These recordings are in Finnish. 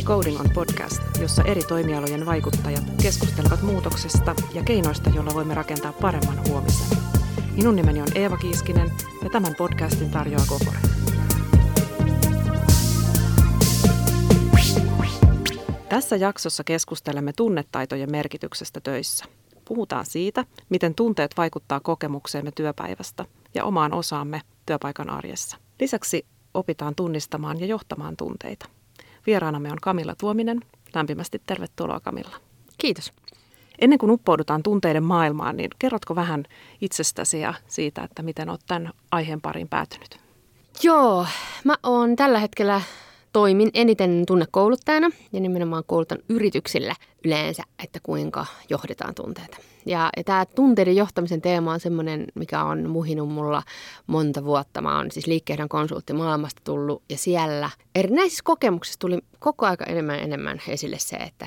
Coding on podcast, jossa eri toimialojen vaikuttajat keskustelevat muutoksesta ja keinoista, joilla voimme rakentaa paremman huomisen. Minun nimeni on Eeva Kiiskinen ja tämän podcastin tarjoaa Gofore. Tässä jaksossa keskustelemme tunnetaitojen merkityksestä töissä. Puhutaan siitä, miten tunteet vaikuttaa kokemukseemme työpäivästä ja omaan osaamme työpaikan arjessa. Lisäksi opitaan tunnistamaan ja johtamaan tunteita. Vieraanamme on Camilla Tuominen. Lämpimästi tervetuloa, Camilla. Kiitos. Ennen kuin uppoudutaan tunteiden maailmaan, niin kerrotko vähän itsestäsi ja siitä, että miten olet tämän aiheen pariin päätynyt? Joo, mä oon tällä hetkellä toimin eniten tunnekouluttajana ja nimenomaan koulutan yrityksillä yleensä, että kuinka johdetaan tunteita. Ja tämä tunteiden johtamisen teema on semmoinen, mikä on muhinut mulla monta vuotta. Mä oon siis liikkeiden konsultti maailmasta tullut ja siellä erinäisissä kokemuksissa tuli koko aika enemmän esille se, että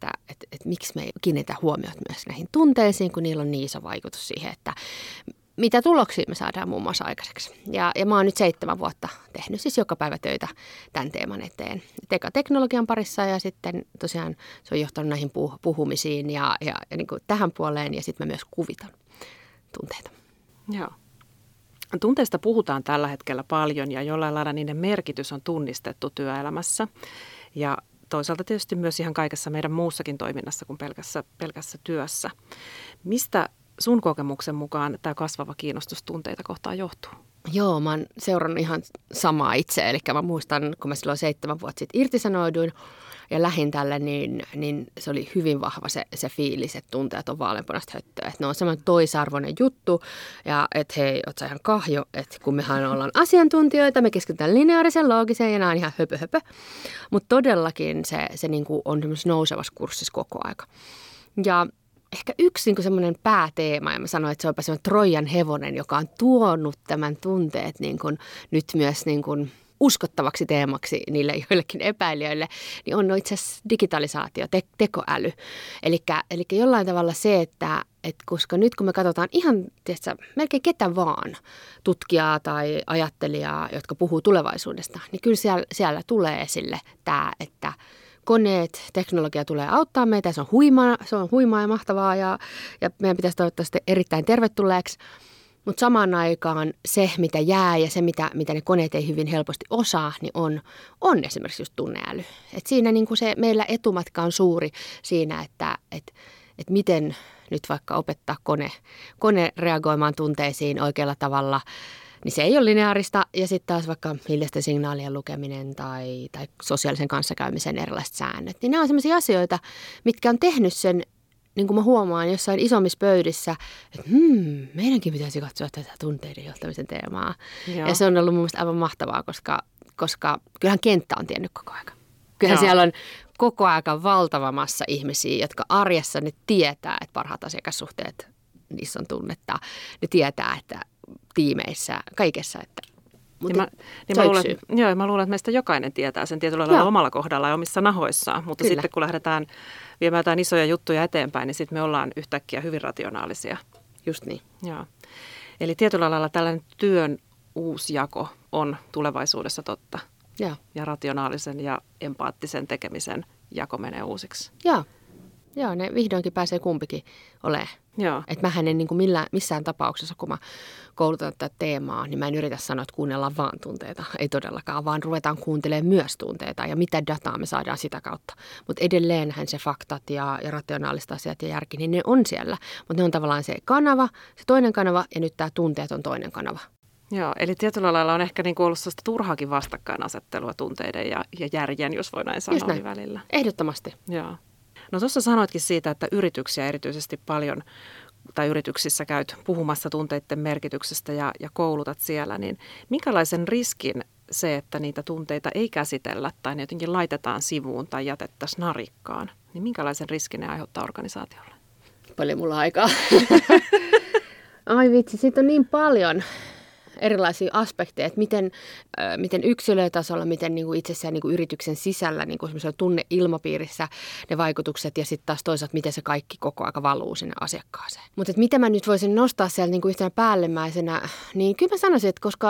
miksi me ei kiinnitä huomiota myös näihin tunteisiin, kun niillä on niin iso vaikutus siihen, että mitä tuloksia me saadaan muun muassa aikaiseksi. Ja mä oon nyt 7 vuotta tehnyt siis joka päivä töitä tämän teeman eteen. Eka teknologian parissa ja sitten tosiaan se on johtanut näihin puhumisiin ja niin kuin tähän puoleen ja sitten mä myös kuvitan tunteita. Joo. Tunteista puhutaan tällä hetkellä paljon ja jollain lailla niiden merkitys on tunnistettu työelämässä. Ja toisaalta tietysti myös ihan kaikessa meidän muussakin toiminnassa kuin pelkässä työssä. Mistä sun kokemuksen mukaan tämä kasvava kiinnostus tunteita kohtaan johtuu? Joo, mä oon seurannut ihan samaa itse. Eli mä muistan, kun mä silloin 7 vuotta sitten irtisanouduin ja lähdin tälle, niin se oli hyvin vahva se fiilis, että tunteet on vaaleanpunaista höttöä. Että ne on semmoinen toisarvoinen juttu ja että hei, oot sä ihan kahjo, että kun mehän ollaan asiantuntijoita, me keskitytään lineaariseen, loogiseen ja nämä on ihan höpö. Mutta todellakin se niinku on semmoisessa nousevassa kurssissa koko aika. Ja ehkä yksi niin semmoinen pääteema, ja mä sanoin, että se on jopa semmoinen Trojan hevonen, joka on tuonut tämän tunteet niin kuin, nyt myös niin kuin uskottavaksi teemaksi niille joillekin epäilijöille, niin on itse asiassa digitalisaatio, tekoäly. Eli jollain tavalla se, että koska nyt kun me katsotaan ihan melkein ketä vaan tutkijaa tai ajattelijaa, jotka puhuu tulevaisuudesta, niin kyllä siellä tulee esille tämä, että koneet, teknologia tulee auttaa meitä, se on huimaa ja mahtavaa ja meidän pitäisi toivottavasti erittäin tervetulleeksi. Mutta samaan aikaan se, mitä jää ja se, mitä ne koneet ei hyvin helposti osaa, niin on esimerkiksi just tunneäly. Et siinä niin kuin se meillä etumatka on suuri siinä, että miten nyt vaikka opettaa kone reagoimaan tunteisiin oikealla tavalla, niin se ei ole lineaarista. Ja sitten taas vaikka hiljaisten signaalien lukeminen tai sosiaalisen kanssakäymisen erilaiset säännöt. Niin nämä on sellaisia asioita, mitkä on tehnyt sen, niin kuin mä huomaan jossain isommissa pöydissä, että meidänkin pitäisi katsoa tätä tunteiden johtamisen teemaa. Joo. Ja se on ollut mun mielestä aivan mahtavaa, koska kyllähän kenttä on tiennyt koko ajan. Kyllähän siellä on koko ajan valtava massa ihmisiä, jotka arjessa ne tietää, että parhaat asiakassuhteet, niissä on tunnetta. Ne tietää, että tiimeissä, kaikessa, että mä luulen, että meistä jokainen tietää sen tietyllä lailla omalla kohdalla ja omissa nahoissaan, mutta kyllä. Sitten kun lähdetään viemään jotain isoja juttuja eteenpäin, niin sitten me ollaan yhtäkkiä hyvin rationaalisia. Just niin. Joo. Eli tietyllä lailla tällainen työn uusjako on tulevaisuudessa totta. Ja rationaalisen ja empaattisen tekemisen jako menee uusiksi. Joo, ne vihdoinkin pääsee kumpikin olemaan. Että mähän en niin kuin missään tapauksessa, kun mä koulutan tätä teemaa, niin mä en yritä sanoa, että kuunnellaan vaan tunteita. Ei todellakaan, vaan ruvetaan kuuntelemaan myös tunteita ja mitä dataa me saadaan sitä kautta. Mutta edelleenhän se faktat ja rationaaliset asiat ja järki, niin ne on siellä. Mutta ne on tavallaan se kanava, se toinen kanava ja nyt tämä tunteet on toinen kanava. Joo, eli tietyllä lailla on ehkä niin kuin ollut sellaista turhaakin vastakkainasettelua tunteiden ja järjen, jos voi näin sanoa, välillä. Ehdottomasti. Joo. No tuossa sanoitkin siitä, että yrityksiä erityisesti paljon, tai yrityksissä käyt puhumassa tunteiden merkityksestä ja koulutat siellä, niin minkälaisen riskin se, että niitä tunteita ei käsitellä tai ne jotenkin laitetaan sivuun tai jätettäisiin narikkaan, niin minkälaisen riskin ne aiheuttaa organisaatiolle? Paljon mulla aikaa. Ai vitsi, siitä on niin paljon erilaisia aspekteja, että miten yksilötasolla, miten niin kuin itsessään niin kuin yrityksen sisällä niin kuin tunneilmapiirissä ne vaikutukset ja sitten taas toisaalta, miten se kaikki koko aika valuu sinne asiakkaaseen. Mutta mitä mä nyt voisin nostaa siellä niin kuin yhtenä päällimmäisenä, niin kyllä mä sanoisin, että koska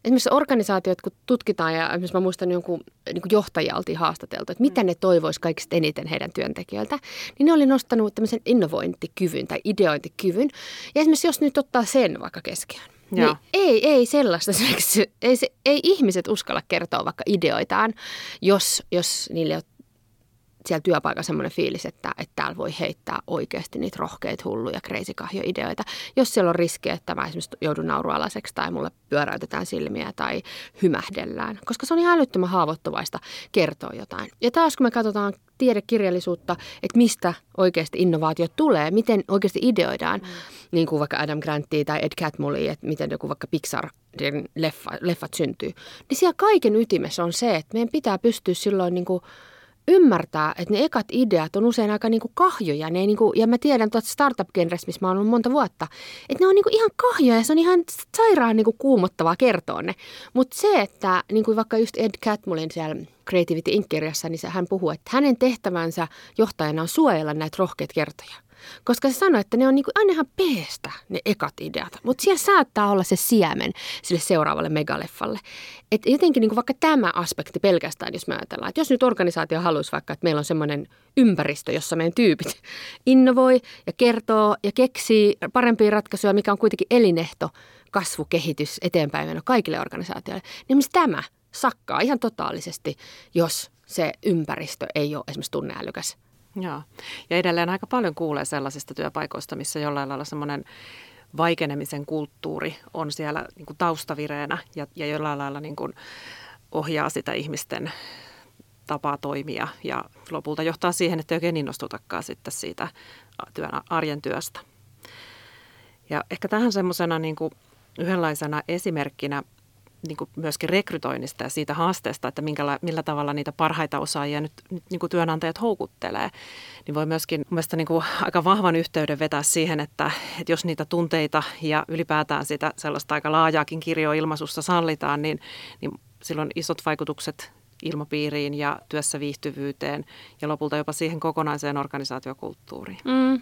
esimerkiksi organisaatiot, kun tutkitaan, ja esimerkiksi mä muistan jonkun niin kuin johtajia oltiin haastateltu, että mitä ne toivoisi kaikista eniten heidän työntekijöiltä, niin ne oli nostanut tämmöisen innovointikyvyn tai ideointikyvyn. Ja esimerkiksi jos nyt ottaa sen vaikka keskiöön, niin ei sellaista. Ei ihmiset uskalla kertoa vaikka ideoitaan, jos niille on siellä työpaikalla semmoinen fiilis, että täällä voi heittää oikeasti niitä rohkeita, hulluja, crazy-kahjo-ideoita. Jos siellä on riski, että mä esimerkiksi joudun naurualaiseksi tai mulle pyöräytetään silmiä tai hymähdellään. Koska se on ihan älyttömän haavoittuvaista kertoa jotain. Ja taas kun me katsotaan tiedekirjallisuutta, että mistä oikeasti innovaatiot tulee, miten oikeasti ideoidaan, niin kuin vaikka Adam Grantia tai Ed Catmullia, että miten joku vaikka Pixar leffat syntyy, niin siellä kaiken ytimessä on se, että meidän pitää pystyä silloin niin kuin ymmärtää, että ne ekat ideat on usein aika niinku kahjoja. Ne niinku, ja mä tiedän tuolta startup-genressä, missä mä oon ollut monta vuotta, että ne on niinku ihan kahjoja ja se on ihan sairaan niinku kuumottavaa kertoa ne. Mutta se, että niinku vaikka just Ed Catmullin siellä Creativity Inc-kirjassa, niin hän puhuu, että hänen tehtävänsä johtajana on suojella näitä rohkeita kertoja. Koska se sanoi, että ne on niinku aina ihan peestä ne ekat ideat, mutta siellä saattaa olla se siemen sille seuraavalle megaleffalle. Että jotenkin niinku vaikka tämä aspekti pelkästään, jos me ajatellaan, että jos nyt organisaatio haluaisi vaikka, että meillä on semmoinen ympäristö, jossa meidän tyypit innovoi ja kertoo ja keksii parempia ratkaisuja, mikä on kuitenkin elinehto, kasvu, kehitys, eteenpäin meno kaikille organisaatioille, niin myös tämä sakkaa ihan totaalisesti, jos se ympäristö ei ole esimerkiksi tunneälykäs. Joo. Ja edelleen aika paljon kuulee sellaisista työpaikoista, missä jollain lailla semmoinen vaikenemisen kulttuuri on siellä niin kuin taustavireenä ja jollain lailla niin kuin ohjaa sitä ihmisten tapaa toimia ja lopulta johtaa siihen, että ei oikein innostutakaan sitten siitä arjen työstä. Ja ehkä tähän semmoisena niin kuin yhdenlaisena esimerkkinä niin kuin myöskin rekrytoinnista ja siitä haasteesta, että millä tavalla niitä parhaita osaajia nyt niin kuin työnantajat houkuttelee, niin voi myöskin mielestäni niin kuin aika vahvan yhteyden vetää siihen, että jos niitä tunteita ja ylipäätään sitä sellaista aika laajaakin kirjoilmaisusta sallitaan, niin silloin isot vaikutukset ilmapiiriin ja työssä viihtyvyyteen ja lopulta jopa siihen kokonaiseen organisaatiokulttuuriin.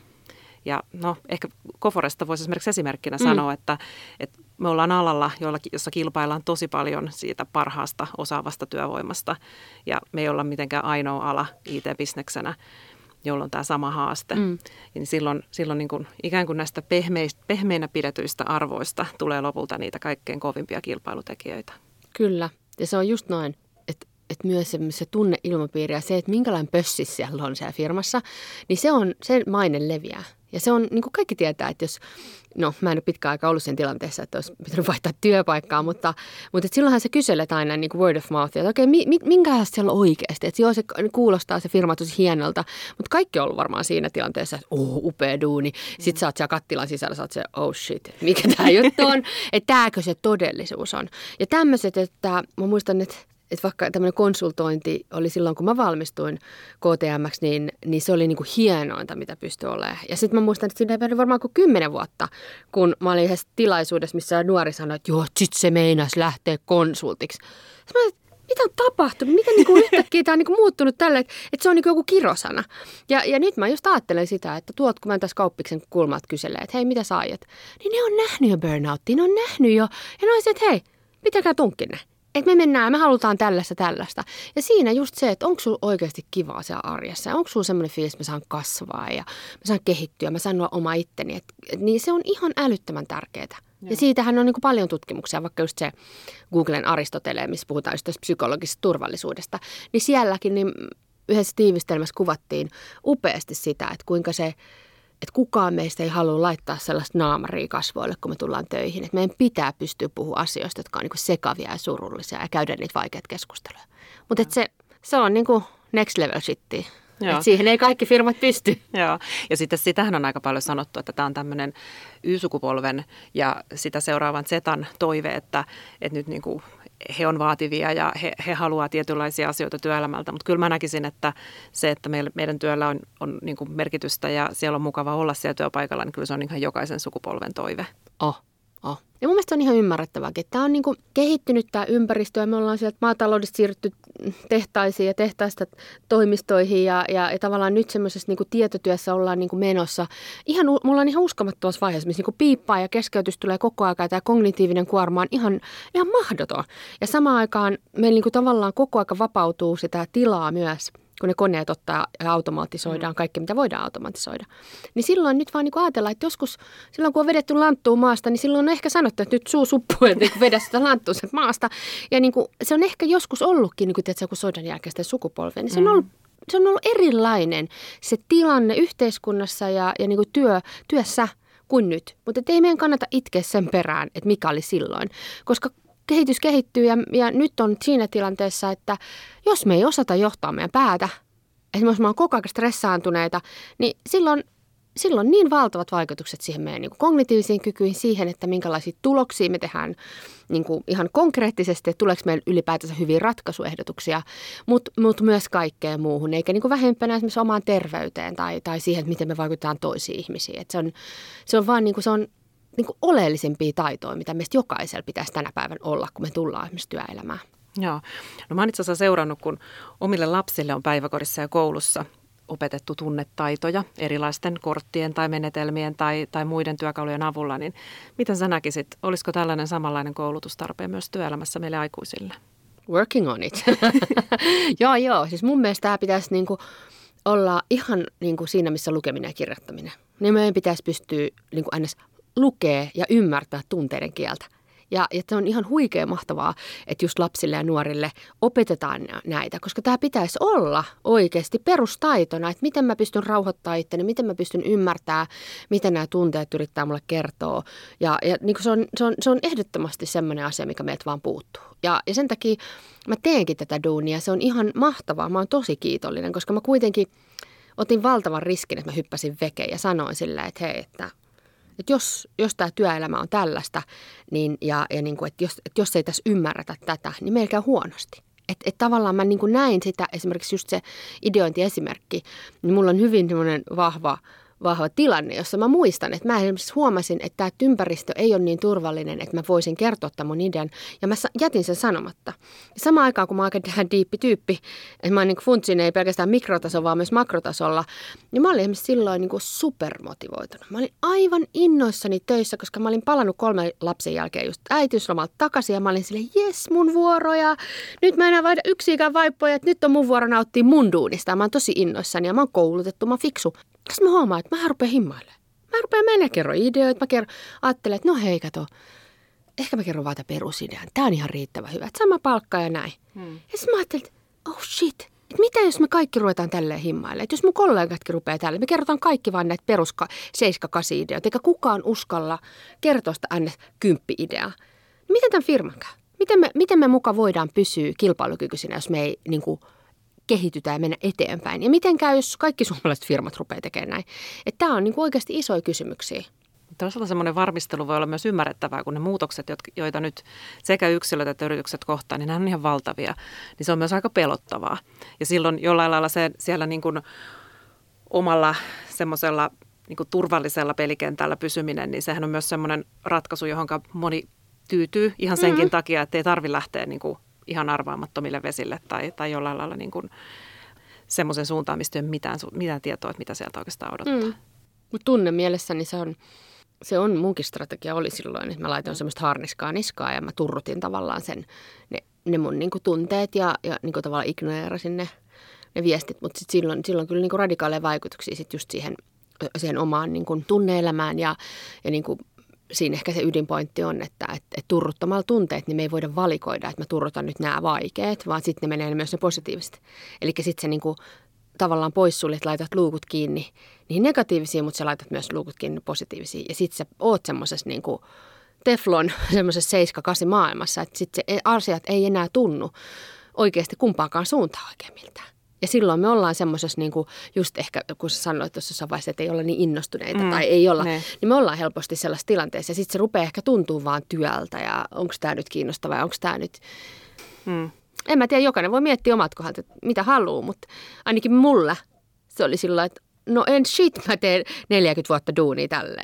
Ja no ehkä Koforesta voisi esimerkiksi esimerkkinä sanoa, että me ollaan alalla, jossa kilpaillaan tosi paljon siitä parhaasta osaavasta työvoimasta. Ja me ei olla mitenkään ainoa ala IT-bisneksenä, jolla on tämä sama haaste. Ja silloin niin kuin ikään kuin näistä pehmeinä pidetyistä arvoista tulee lopulta niitä kaikkein kovimpia kilpailutekijöitä. Kyllä, ja se on just noin. Että myös se tunneilmapiiri ja se, että minkälainen pössis siellä on siellä firmassa, niin se maine leviää. Ja se on, niin kuin kaikki tietää, että jos, no mä en ole pitkään aikaa ollut sen tilanteessa, että olisi pitänyt vaihtaa työpaikkaa, mutta että silloinhan sä kyselet aina niin kuin word of mouth, että okei, minkälaista siellä on oikeasti, että joo, se kuulostaa se firma tosi hienolta, mutta kaikki on ollut varmaan siinä tilanteessa, että upea duuni, sit sä oot siellä kattilan sisällä, sä oot se, oh shit, mikä tää juttu on, että tääkö se todellisuus on. Ja tämmöiset, että mä muistan, että vaikka tämmöinen konsultointi oli silloin, kun mä valmistuin KTM:ksi, niin se oli niin kuin hienointa, mitä pystyi olemaan. Ja sitten mä muistan, että siinä ei mennyt varmaan kuin 10 vuotta, kun mä olin yhdessä tilaisuudessa, missä nuori sanoi, että joo, sit se meinasi lähteä konsultiksi. Sitten mä olin, mitä on tapahtunut? Miten niin kuin yhtäkkiä tämä on niin kuin muuttunut tälle, että se on niin kuin joku kirosana. Ja nyt mä just ajattelen sitä, että kun mä tässä kauppiksen kulmalta kyselee, että hei, mitä sä aiot? Niin ne on nähnyt jo burnouttia, ne on nähnyt jo. Ja ne on se, että hei, pitäkää tunkkinne. Että me mennään, me halutaan tällaista. Ja siinä just se, että onko sulla oikeasti kivaa siellä arjessa. Ja onko sulla semmoinen fiilis, että mä saan kasvaa ja mä saan kehittyä, mä saan olla oma itteni. Niin se on ihan älyttömän tärkeää. Ja siitähän on niin kuin paljon tutkimuksia, vaikka just se Googlen Aristotele, missä puhutaan just tästä psykologisesta turvallisuudesta. Niin sielläkin niin yhdessä tiivistelmässä kuvattiin upeasti sitä, että kuinka se, että kukaan meistä ei halua laittaa sellaista naamaria kasvoille, kun me tullaan töihin. Että meidän pitää pystyä puhumaan asioista, jotka on niin kuin sekavia ja surullisia ja käydä niitä vaikeita keskusteluja. Mutta se on niin kuin next level shittia. Että siihen ei kaikki firmat pysty. Joo, ja sitten sitähän on aika paljon sanottu, että tämä on tämmöinen Y-sukupolven ja sitä seuraavan Zetan toive, että nyt niin kuin he on vaativia ja he haluaa tietynlaisia asioita työelämältä. Mutta kyllä mä näkisin, että se, että meidän työllä on niin kuin merkitystä ja siellä on mukava olla siellä työpaikalla, niin kyllä se on ihan jokaisen sukupolven toive. Ja mun mielestä se on ihan ymmärrettävääkin, että tämä on niin kuin kehittynyt tämä ympäristö ja me ollaan sieltä maataloudesta siirrytty tehtaisiin ja tehtaista toimistoihin ja tavallaan nyt semmoisessa niin kuin tietotyössä ollaan niin kuin menossa. Me ollaan ihan uskomattomassa vaiheessa, missä niin kuin piippaa ja keskeytys tulee koko ajan ja tämä kognitiivinen kuorma on ihan mahdoton. Ja samaan aikaan meillä niin kuin tavallaan koko ajan vapautuu sitä tilaa myös, kun ne koneet ottaa ja automatisoidaan kaikki, mitä voidaan automatisoida. Niin silloin nyt vaan niin kuin ajatellaan, että joskus silloin, kun on vedetty lanttua maasta, niin silloin on ehkä sanottu, että nyt suu suppuu, että niin vedä sitä lanttua sieltä maasta. Ja niin kuin, se on ehkä joskus ollutkin, niin kuin tiedätkö, kun sodan jälkeistä sukupolvea, niin se on ollut erilainen se tilanne yhteiskunnassa ja niin kuin työssä kuin nyt. Mutta ei meidän kannata itkeä sen perään, että mikä oli silloin, koska kehitys kehittyy ja nyt on siinä tilanteessa, että jos me ei osata johtaa meidän päätä, esimerkiksi me on koko ajan stressaantuneita, niin silloin niin valtavat vaikutukset siihen meidän niin kuin kognitiivisiin kykyihin, siihen, että minkälaisia tuloksia me tehdään niin kuin ihan konkreettisesti, että tuleeko meillä ylipäätänsä hyviä ratkaisuehdotuksia, mutta myös kaikkeen muuhun, eikä niin kuin vähempänä esimerkiksi omaan terveyteen tai siihen, että miten me vaikutetaan toisiin ihmisiin. Että se on vaan niin kuin se on niin kuin oleellisimpia taitoja, mitä meistä jokaisella pitäisi tänä päivänä olla, kun me tullaan esimerkiksi työelämään. Joo. No mä oon itse asiassa seurannut, kun omille lapsille on päiväkodissa ja koulussa opetettu tunnetaitoja erilaisten korttien tai menetelmien tai muiden työkalujen avulla, niin miten sä näkisit, olisiko tällainen samanlainen koulutustarpeen myös työelämässä meille aikuisille? Working on it. Joo. Siis mun mielestä tämä pitäisi niinku olla ihan niinku siinä, missä lukeminen ja kirjoittaminen. Niin meidän pitäisi pystyä niinku aina lukea ja ymmärtää tunteiden kieltä. Ja se on ihan huikea mahtavaa, että just lapsille ja nuorille opetetaan näitä, koska tämä pitäisi olla oikeasti perustaitona, että miten mä pystyn rauhoittamaan itteni, miten mä pystyn ymmärtämään, mitä nämä tunteet yrittää mulle kertoa. Ja niin kuin se on ehdottomasti semmoinen asia, mikä meiltä vaan puuttuu. Ja sen takia mä teenkin tätä duunia, se on ihan mahtavaa, mä oon tosi kiitollinen, koska mä kuitenkin otin valtavan riskin, että mä hyppäsin vekeen ja sanoin sillä, että hei, että jos tämä työelämä on tällaista, niin, ja niin kuin, että jos ei tässä ymmärretä tätä, niin meillä käy huonosti. Että tavallaan mä niin kuin näin sitä, esimerkiksi just se ideointiesimerkki, niin mulla on hyvin semmoinen vahva tilanne, jossa mä muistan, että mä esimerkiksi huomasin, että tämä ympäristö ei ole niin turvallinen, että mä voisin kertoa tämän mun idean, ja mä jätin sen sanomatta. Ja samaan aikaan, kun mä oon aika diippityyppi, että mä oon niin funtsin ei pelkästään mikrotasolla, vaan myös makrotasolla, niin mä olin esimerkiksi silloin niin kuin supermotivoitunut. Mä olin aivan innoissani töissä, koska mä olin palannut 3 lapsen jälkeen just äitiyslomalta takaisin, ja mä olin silleen, jes, mun vuoro, ja nyt mä enää vaihda yksikään vaippoja, että nyt on mun vuoro nauttia mun duunista, ja mä oon tosi innoissani, ja mä oon koulutettu, mä oon fiksu. Sitten mä huomaan, että mä rupean himmailemaan. Mä rupean mennä kerron ideoita. Ajattelen, että no hei kato, ehkä mä kerron vaan tämän perusidean. Tää on ihan riittävän hyvä. Että sama palkka ja näin. Ja sitten mä ajattelin, että oh shit. Että mitä jos me kaikki ruvetaan tälleen himmailemaan? Että jos mun kollegatkin rupeaa tälleen. Me kerrotaan kaikki vaan näitä perus 7-8 ideoita. Eikä kukaan uskalla kertoa sitä N10-ideaa. Miten tämän firman käy? Miten me muka voidaan pysyä kilpailukykyisinä, jos me ei niin kuin kehitytään ja mennä eteenpäin. Ja miten käy, jos kaikki suomalaiset firmat rupeaa tekemään näin? Että tämä on niin kuin oikeasti isoja kysymyksiä. Toisaalta semmoinen varmistelu voi olla myös ymmärrettävää, kun ne muutokset, joita nyt sekä yksilöt että yritykset kohtaa, niin nämä on ihan valtavia. Niin se on myös aika pelottavaa. Ja silloin jollain lailla siellä niin kuin omalla semmoisella niin kuin turvallisella pelikentällä pysyminen, niin sehän on myös semmoinen ratkaisu, johon moni tyytyy ihan senkin takia, että ei tarvitse lähteä niin kuin ihan arvaamattomille vesille tai jollain lailla niin kuin semmoisen suuntaan, mistä ei ole mitään tietoa, että mitä sieltä oikeastaan odottaa. Mutta tunnemielessäni se on munkin strategia oli silloin, että mä laitoin semmoista harniskaa niskaa ja mä turrutin tavallaan ne mun niin kuin tunteet ja niin kuin tavallaan ignoreerasin ne viestit. Mutta silloin kyllä niin kuin radikaaleja vaikutuksia sit just siihen omaan niin kuin tunne-elämään ja niin kuin siinä ehkä se ydinpointti on, että turruttamalla tunteet, niin me ei voida valikoida, että mä turrutan nyt nämä vaikeat, vaan sitten ne menee myös ne positiiviset. Eli sitten se niinku tavallaan poissuljet, laitat luukut kiinni niihin negatiivisiin, mutta sä laitat myös luukut kiinni positiivisiin. Ja sitten sä oot semmoisessa niinku teflon, semmoisessa 7-8 maailmassa, että sitten asiat ei enää tunnu oikeasti kumpaankaan suuntaan oikein miltään. Ja silloin me ollaan semmoisessa, niin kuin just ehkä, kun sä sanoit tuossa jossain vaiheessa, että ei olla niin innostuneita tai ei olla, niin me ollaan helposti sellaisessa tilanteessa. Ja sitten se rupeaa ehkä tuntuu vaan työltä ja onko tämä nyt kiinnostavaa ja onko tämä nyt... En mä tiedä, jokainen voi miettiä omat kohdat, että mitä haluaa, mutta ainakin mulla se oli sillä että no en shit, mä teen 40 vuotta duunia tälleen.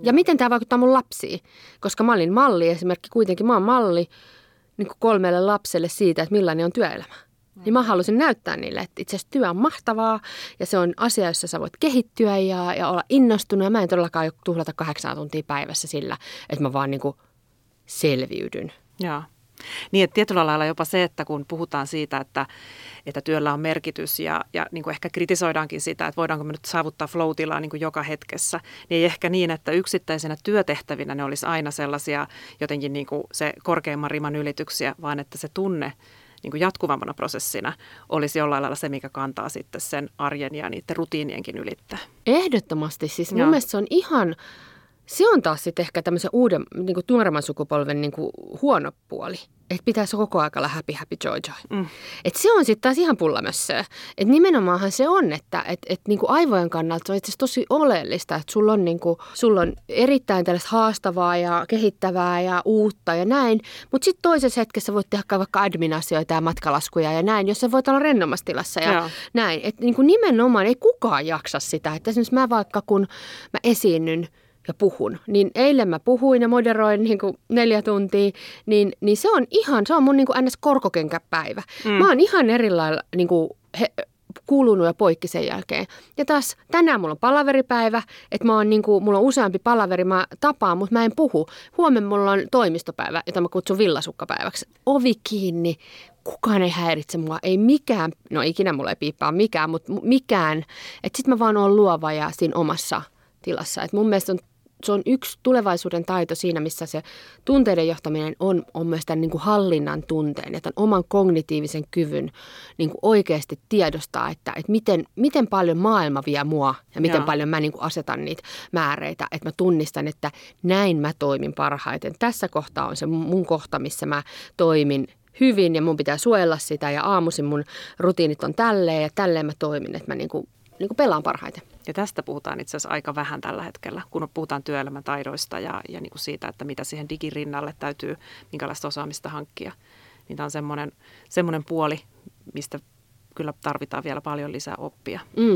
Ja miten tämä vaikuttaa mun lapsiin? Koska mä olin malli esimerkiksi, kuitenkin mä oon malli niin kuin 3 lapselle siitä, että millainen on työelämä. Niin mä halusin näyttää niille, että itse asiassa työ on mahtavaa ja se on asia, jossa sä voit kehittyä ja olla innostunut. Ja mä en todellakaan tuhlata 8 tuntia päivässä sillä, että mä vaan niin kuin selviydyn. Joo. Niin, että tietyllä lailla jopa se, että kun puhutaan siitä, että työllä on merkitys ja niin kuin ehkä kritisoidaankin sitä, että voidaanko me nyt saavuttaa flow-tilaa niin kuin joka hetkessä, niin ei ehkä niin, että yksittäisenä työtehtävinä ne olisi aina sellaisia jotenkin niin kuin se korkeimman riman ylityksiä, vaan että se tunne niin kuin jatkuvampana prosessina olisi jollain lailla se, mikä kantaa sitten sen arjen ja niiden rutiinienkin ylittää. Ehdottomasti. Siis mun mielestä se on ihan... Se on taas sitten ehkä tämmöisen uuden, niin kuin nuoremman sukupolven niin kuin huono puoli. Että pitäisi koko ajan olla happy, happy, joy, joy. Että se on sitten taas ihan pullamössöä. Että nimenomaanhan se on, että niin kuin aivojen kannalta se on itse asiassa tosi oleellista, että sulla on erittäin tällaista haastavaa ja kehittävää ja uutta ja näin. Mutta sitten toisessa hetkessä voit tehdä vaikka admin-asioita ja matkalaskuja ja näin, jos sä voit olla rennommassa tilassa ja näin. Että niin kuin nimenomaan ei kukaan jaksa sitä. Että esimerkiksi mä vaikka kun mä esiinnyn ja puhun. Niin eilen mä puhuin ja moderoin niin kuin 4 tuntia, niin se on mun niin kuin NS-korkokenkäpäivä. Mä oon ihan erilailla niin kuin kuulunut ja poikki sen jälkeen. Ja taas tänään mulla on palaveripäivä, että mulla on useampi palaveri, mä tapaan, mutta mä en puhu. Huomenna mulla on toimistopäivä, jota mä kutsun villasukkapäiväksi. Ovi kiinni, kukaan ei häiritse mua, ei mikään, no ikinä mulla ei piippaa mikään, mutta mikään. Että sit mä vaan oon luova ja siinä omassa tilassa. Et mun mielestä se on yksi tulevaisuuden taito siinä, missä se tunteiden johtaminen on myös tämän niin kuin hallinnan tunteen ja tämän oman kognitiivisen kyvyn niin kuin oikeasti tiedostaa, että miten paljon maailma vie mua ja miten paljon mä niin kuin asetan niitä määreitä, että mä tunnistan, että näin mä toimin parhaiten. Tässä kohtaa on se mun kohta, missä mä toimin hyvin ja mun pitää suojella sitä ja aamuisin mun rutiinit on tälleen ja tälleen mä toimin, että mä niin kuin pelaan parhaiten. Ja tästä puhutaan itse asiassa aika vähän tällä hetkellä, kun puhutaan työelämän taidoista ja niin kuin siitä, että mitä siihen digirinnalle täytyy, minkälaista osaamista hankkia. Niin tämä on semmoinen puoli, mistä kyllä tarvitaan vielä paljon lisää oppia.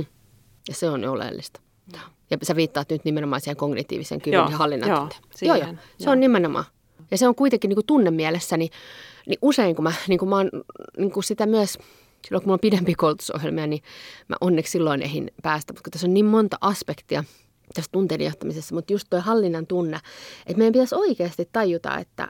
Ja se on oleellista. Ja sä viittaat nyt nimenomaan siihen kognitiivisen kyvyn ja hallinnan tunteen. Joo. Se on nimenomaan. Ja se on kuitenkin niin kuin tunnemielessäni, niin usein kun mä oon niin kuin sitä myös... Silloin kun mulla on pidempi koulutusohjelmia, niin mä onneksi silloin ehdin päästä, koska tässä on niin monta aspektia tässä tunteiden johtamisessa, mutta just toi hallinnan tunne, että meidän pitäisi oikeasti tajuta, että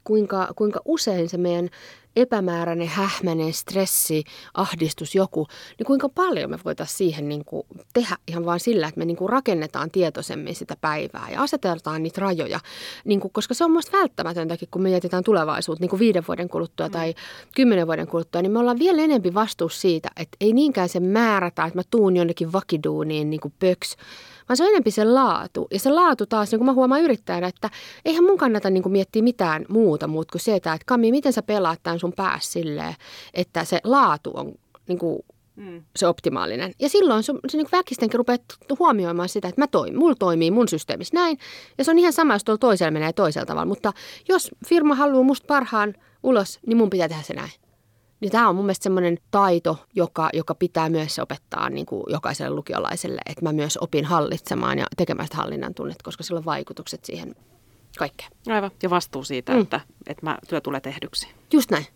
kuinka usein se meidän epämääräinen, hähmäinen, stressi, ahdistus joku, niin kuinka paljon me voitaisiin siihen niin kuin tehdä ihan vaan sillä, että me niin kuin rakennetaan tietoisemmin sitä päivää ja asetetaan niitä rajoja, niin kuin, koska se on musta välttämätöntäkin, kun me mietitään tulevaisuutta niin kuin 5 vuoden kuluttua tai 10 vuoden kuluttua, niin me ollaan vielä enemmän vastuussa siitä, että ei niinkään se määrätä, että mä tuun jonnekin vakiduuniin niin kuin pöks, vaan se on enemmän se laatu. Ja se laatu taas, niin kuin mä huomaan yrittäjänä, että eihän mun kannata niin kuin miettiä mitään muuta kuin se, että Kami, miten sä pelaat tämän sun päässä silleen, että se laatu on niin kuin se optimaalinen. Ja silloin se niin kuin väkistenkin rupeat huomioimaan sitä, että mulla toimii mun systeemissä näin. Ja se on ihan sama, jos tuolla toisella menee toisella tavalla. Mutta jos firma haluaa musta parhaan ulos, niin mun pitää tehdä se näin. Niin tämä on mun mielestä semmoinen taito, joka pitää myös opettaa niin kuin jokaiselle lukiolaiselle, että mä myös opin hallitsemaan ja tekemään sitä hallinnan tunnetta, koska sillä on vaikutukset siihen kaikkeen. Aivan, ja vastuu siitä, että työ tulee tehdyksi. Just näin.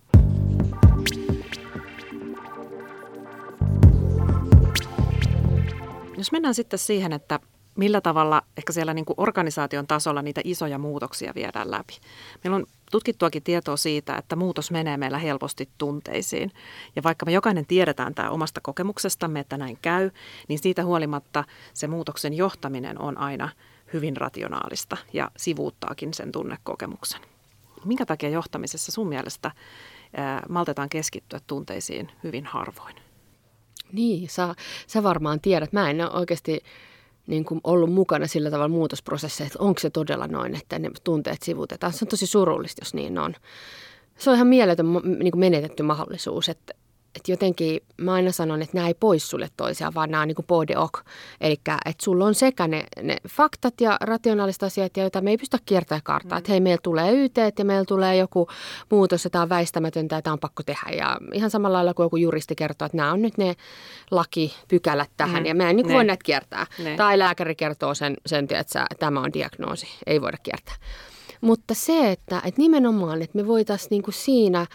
Jos mennään sitten siihen, että millä tavalla ehkä siellä niin kuin organisaation tasolla niitä isoja muutoksia viedään läpi. Meillä on tutkittuakin tietoa siitä, että muutos menee meillä helposti tunteisiin. Ja vaikka me jokainen tiedetään tämä omasta kokemuksestamme, että näin käy, niin siitä huolimatta se muutoksen johtaminen on aina hyvin rationaalista ja sivuuttaakin sen tunnekokemuksen. Minkä takia johtamisessa sun mielestä maltetaan keskittyä tunteisiin hyvin harvoin? Niin, sä varmaan tiedät. Mä en ole oikeasti niin kuin ollut mukana sillä tavalla muutosprosesseissa, että onko se todella noin, että ne tunteet sivuutetaan. Se on tosi surullista, jos niin on. Se on ihan mieletön niin kuin menetetty mahdollisuus, että jotenkin mä aina sanon, että nämä ei pois sulle toisiaan, vaan nämä on niin kuin po de ok. Eli että sulla on sekä ne faktat ja rationaaliset asiat, joita me ei pystytä kiertämään kartaa. Että hei, meillä tulee YT ja meillä tulee joku muutos ja tämä on väistämätöntä ja tämä on pakko tehdä. Ja ihan samalla lailla kuin joku juristi kertoo, että nämä on nyt ne lakipykälät tähän ja mä en niin voi näitä kiertää. Tai lääkäri kertoo sen että tämä on diagnoosi, ei voida kiertää. Mutta se, että nimenomaan, että me voitaisiin niin kuin siinä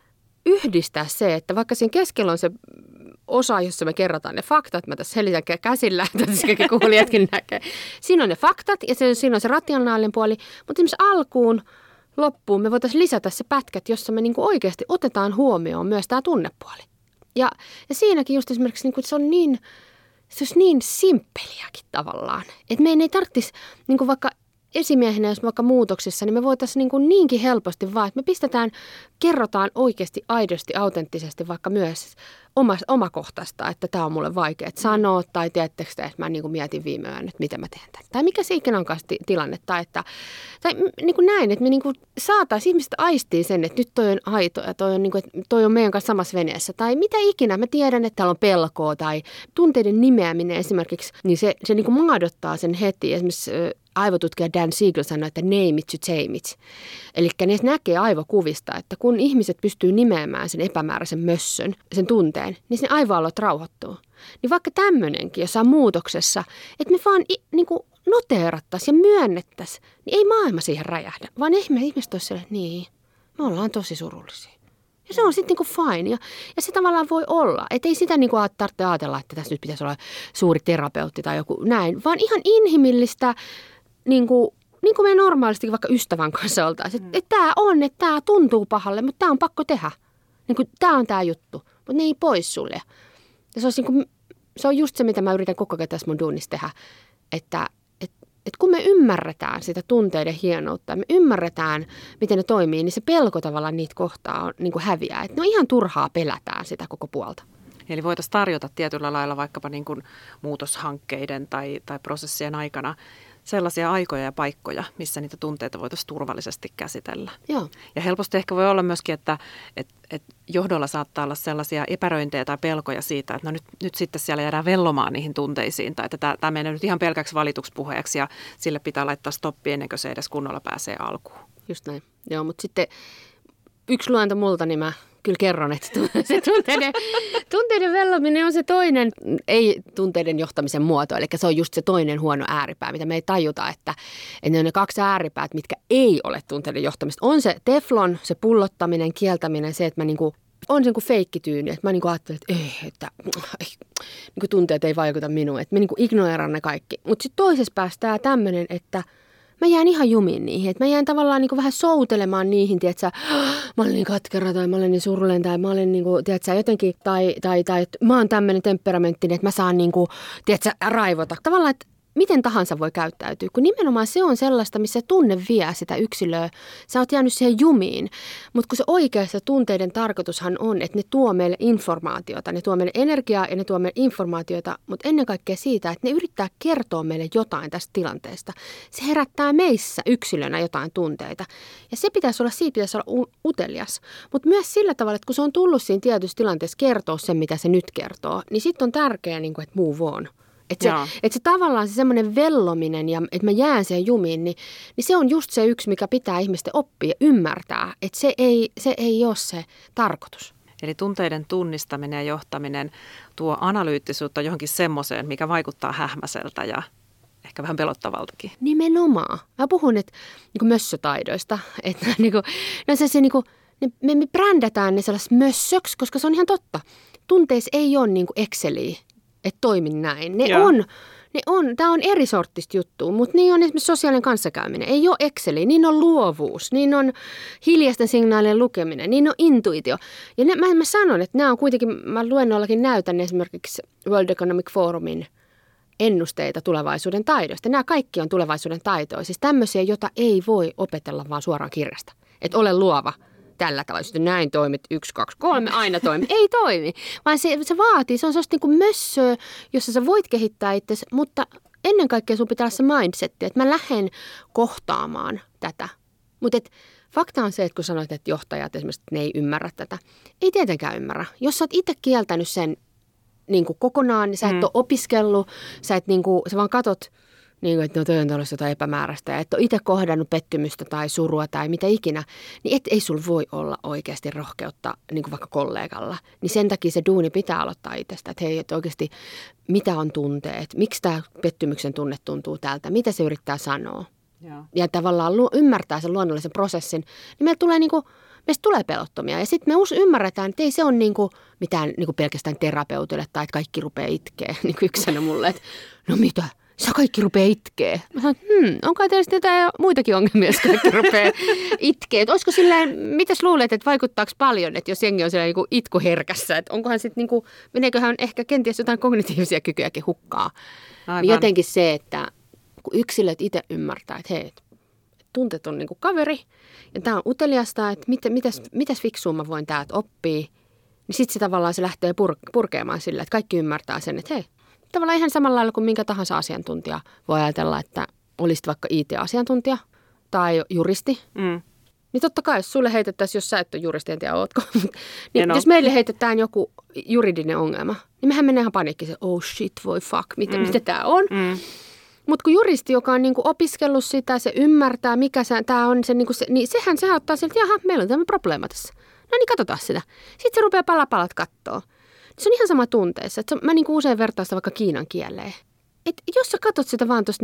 yhdistää se, että vaikka siinä keskellä on se osa, jossa me kerrotaan ne faktat, mä tässä selitän käsillä, että tässä kaikki kuulijatkin näkee. Siinä on ne faktat ja siinä on se rationaalinen puoli, mutta esimerkiksi loppuun me voitaisiin lisätä se pätkät, jossa me niin kuin oikeasti otetaan huomioon myös tämä tunnepuoli. Ja siinäkin just esimerkiksi niin kuin, se olisi niin simppeliäkin tavallaan, että meidän ei tarvitsisi niin kuin vaikka esimiehenä, jos vaikka muutoksissa, niin me voitaisiin niinkin helposti vaan, että me kerrotaan oikeasti, aidosti, autenttisesti vaikka myös omakohtaista, että tämä on mulle vaikea sanoa, tai tiedättekö te, että mä niin kuin mietin viime yönä, että mitä mä teen tämän. Tai mikä se ikinä onkaan tilanne, tai niin kuin näin, että me niin kuin saataisiin ihmiset aistiin sen, että nyt toi on aito, ja toi on, niin kuin, että toi on meidän kanssa samassa veneessä, tai mitä ikinä. Mä tiedän, että täällä on pelkoa, tai tunteiden nimeäminen esimerkiksi, niin se niin kuin maadottaa sen heti. Esimerkiksi aivotutkija Dan Siegel sanoi, että name it to tame it. Eli ne näkee aivokuvista, että kun ihmiset pystyy nimeämään sen epämääräisen mössön, sen tunteen, niin sen aivoalueet rauhoittuu. Niin vaikka tämmöinenkin jossain muutoksessa, että me vaan niin kuin noteerattaisiin ja myönnettäisiin, niin ei maailma siihen räjähdä, vaan ihmiset olisivat siellä, että niin, me ollaan tosi surullisia. Ja se on sitten niin kuin fine. Ja se tavallaan voi olla. Että ei sitä niin kuin tarvitse ajatella, että tässä nyt pitäisi olla suuri terapeutti tai joku näin, vaan ihan inhimillistä, niin kuin me normaalisti vaikka ystävän kanssa oltaisiin. Että tämä tuntuu pahalle, mutta tämä on pakko tehdä. Niin kuin, tämä on tämä juttu, mutta ne ei pois sulle. Ja se on just se, mitä mä yritän koko ajan tässä mun duunissa tehdä, että kun me ymmärretään sitä tunteiden hienoutta, me ymmärretään, miten ne toimii, niin se pelko tavallaan niitä kohtaa on, niin kuin häviää. Että ne on ihan turhaa pelätään sitä koko puolta. Eli voitaisiin tarjota tietyllä lailla vaikkapa niin kuin muutoshankkeiden tai prosessien aikana sellaisia aikoja ja paikkoja, missä niitä tunteita voitaisiin turvallisesti käsitellä. Joo. Ja helposti ehkä voi olla myöskin, että johdolla saattaa olla sellaisia epäröintejä tai pelkoja siitä, että no nyt sitten siellä jäädään vellomaan niihin tunteisiin, tai että tämä menee nyt ihan pelkäksi valituksi puheeksi, ja sille pitää laittaa stoppi ennen kuin se edes kunnolla pääsee alkuun. Just näin. Joo, mutta sitten yksi luento multa, niin mä kyllä kerron, että se tunteiden vellominen on se toinen, ei tunteiden johtamisen muoto, eli se on just se toinen huono ääripää, mitä me ei tajuta, että ne on ne kaksi ääripäätä, mitkä ei ole tunteiden johtamista. On se teflon, se pullottaminen, kieltäminen, se, että mä niinku, on se kuin feikkityyni, että mä niinku ajattelen, että niinku tunteet ei vaikuta minuun, että mä niinku ignoreeran ne kaikki. Mutta sitten toisessa päässä tää tämmöinen, että mä jään ihan jumiin niihin, että mä jään tavallaan niinku vähän soutelemaan niihin, tietsä, mä olen niin katkera tai mä olen niin surullinen tai mä olen niinku, tietsä, jotenkin, tai että mä oon tämmöinen temperamenttinen, että mä saan niinku, tietsä, raivota. Tavallaan, että miten tahansa voi käyttäytyä, kun nimenomaan se on sellaista, missä tunne vie sitä yksilöä. Sä oot jäänyt siihen jumiin, mutta kun se oikeassa tunteiden tarkoitushan on, että ne tuo meille informaatiota, ne tuo meille energiaa ja ne tuo meille informaatiota, mutta ennen kaikkea siitä, että ne yrittää kertoa meille jotain tästä tilanteesta. Se herättää meissä yksilönä jotain tunteita ja siitä pitäisi olla utelias, mutta myös sillä tavalla, että kun se on tullut siinä tietyssä tilanteessa kertoa sen, mitä se nyt kertoo, niin sitten on tärkeää, että move on. Että se tavallaan se semmoinen vellominen ja että mä jään siihen jumiin, niin se on just se yksi, mikä pitää ihmisten oppia ymmärtää. Että se ei ole se tarkoitus. Eli tunteiden tunnistaminen ja johtaminen tuo analyyttisuutta johonkin semmoiseen, mikä vaikuttaa hähmäseltä ja ehkä vähän pelottavaltakin. Nimenomaan. Mä puhun niin mössötaidoista. Että me brändätään ne sellaiset mössöksi, koska se on ihan totta. Tunteissa ei ole niin Exceliä. Että toimin näin. Tämä on eri sorttista juttua, mutta niin on esimerkiksi sosiaalinen kanssakäyminen. Ei ole Exceli, niin on luovuus, niin on hiljaisten signaalien lukeminen, niin on intuitio. Ja mä sanon, että nämä on kuitenkin, mä luennollakin näytän esimerkiksi World Economic Forumin ennusteita tulevaisuuden taidoista. Nämä kaikki on tulevaisuuden taitoja, siis tämmöisiä, jota ei voi opetella vaan suoraan kirjasta. Että ole luova. Tällä tavalla, että näin toimit, 1, 2, 3, aina toimi. Ei toimi, vaan se vaatii, se on sellaista niin kuin mössöä, jossa sä voit kehittää itsesi, mutta ennen kaikkea sun pitää olla se mindsetti, että mä lähden kohtaamaan tätä. Mutta fakta on se, että kun sanoit, että johtajat esimerkiksi, että ne ei ymmärrä tätä. Ei tietenkään ymmärrä. Jos sä oot itse kieltänyt sen niin kuin kokonaan, niin sä et ole opiskellut, sä vaan katot, niin kuin, että no toi on tällaista jotain epämääräistä ja et ole itse kohdannut pettymystä tai surua tai mitä ikinä, niin ei sulla voi olla oikeasti rohkeutta niin kuin vaikka kollegalla. Niin sen takia se duuni pitää aloittaa itsestä, että hei, että oikeasti mitä on tunteet, miksi tämä pettymyksen tunne tuntuu tältä, mitä se yrittää sanoa. Ja tavallaan ymmärtää sen luonnollisen prosessin, niin meistä tulee pelottomia. Ja sitten me ymmärretään, että ei se ole mitään pelkästään terapeutille tai että kaikki rupeaa itkeä. Niin kuin yksi sanoi mulle, että no mitä, sä kaikki rupeaa itkeä. Mä sanoin, että onko teillä jotain muitakin ongelmia, jos kaikki rupeaa itkeä. Että olisiko silleen, mitäs luulet, että vaikuttaako paljon, että jos jengi on siellä itkuherkässä, että onkohan sitten, meneeköhän ehkä kenties jotain kognitiivisia kykyjäkin hukkaa. Niin jotenkin se, että kun yksilöt itse ymmärtää, että hei, tunteet on kaveri ja tämä on uteliasta, että mitäs fiksua mä voin täältä oppia, niin sitten se tavallaan se lähtee purkeamaan sillä, että kaikki ymmärtää sen, että hei, tavallaan ihan samalla lailla kuin minkä tahansa asiantuntija voi ajatella, että olisit vaikka IT-asiantuntija tai juristi, niin totta kai, jos sulle heitettäisiin, jos sä et ole juristi, en tiedä ootko, niin jos meille heitetään joku juridinen ongelma, niin mehän menee ihan paniikkiin, oh shit, voi fuck, mitä tämä on. Mutta kun juristi, joka on opiskellut sitä, se ymmärtää, mikä tämä on, niin sehän ottaa sieltä, että jaha, meillä on tämä probleema tässä. No niin, katsotaan sitä. Sitten se rupeaa palat kattoo. Se on ihan sama tunteessa. Mä usein vertaan sitä vaikka kiinan kieleen. Et jos sä katsot sitä vaan tuosta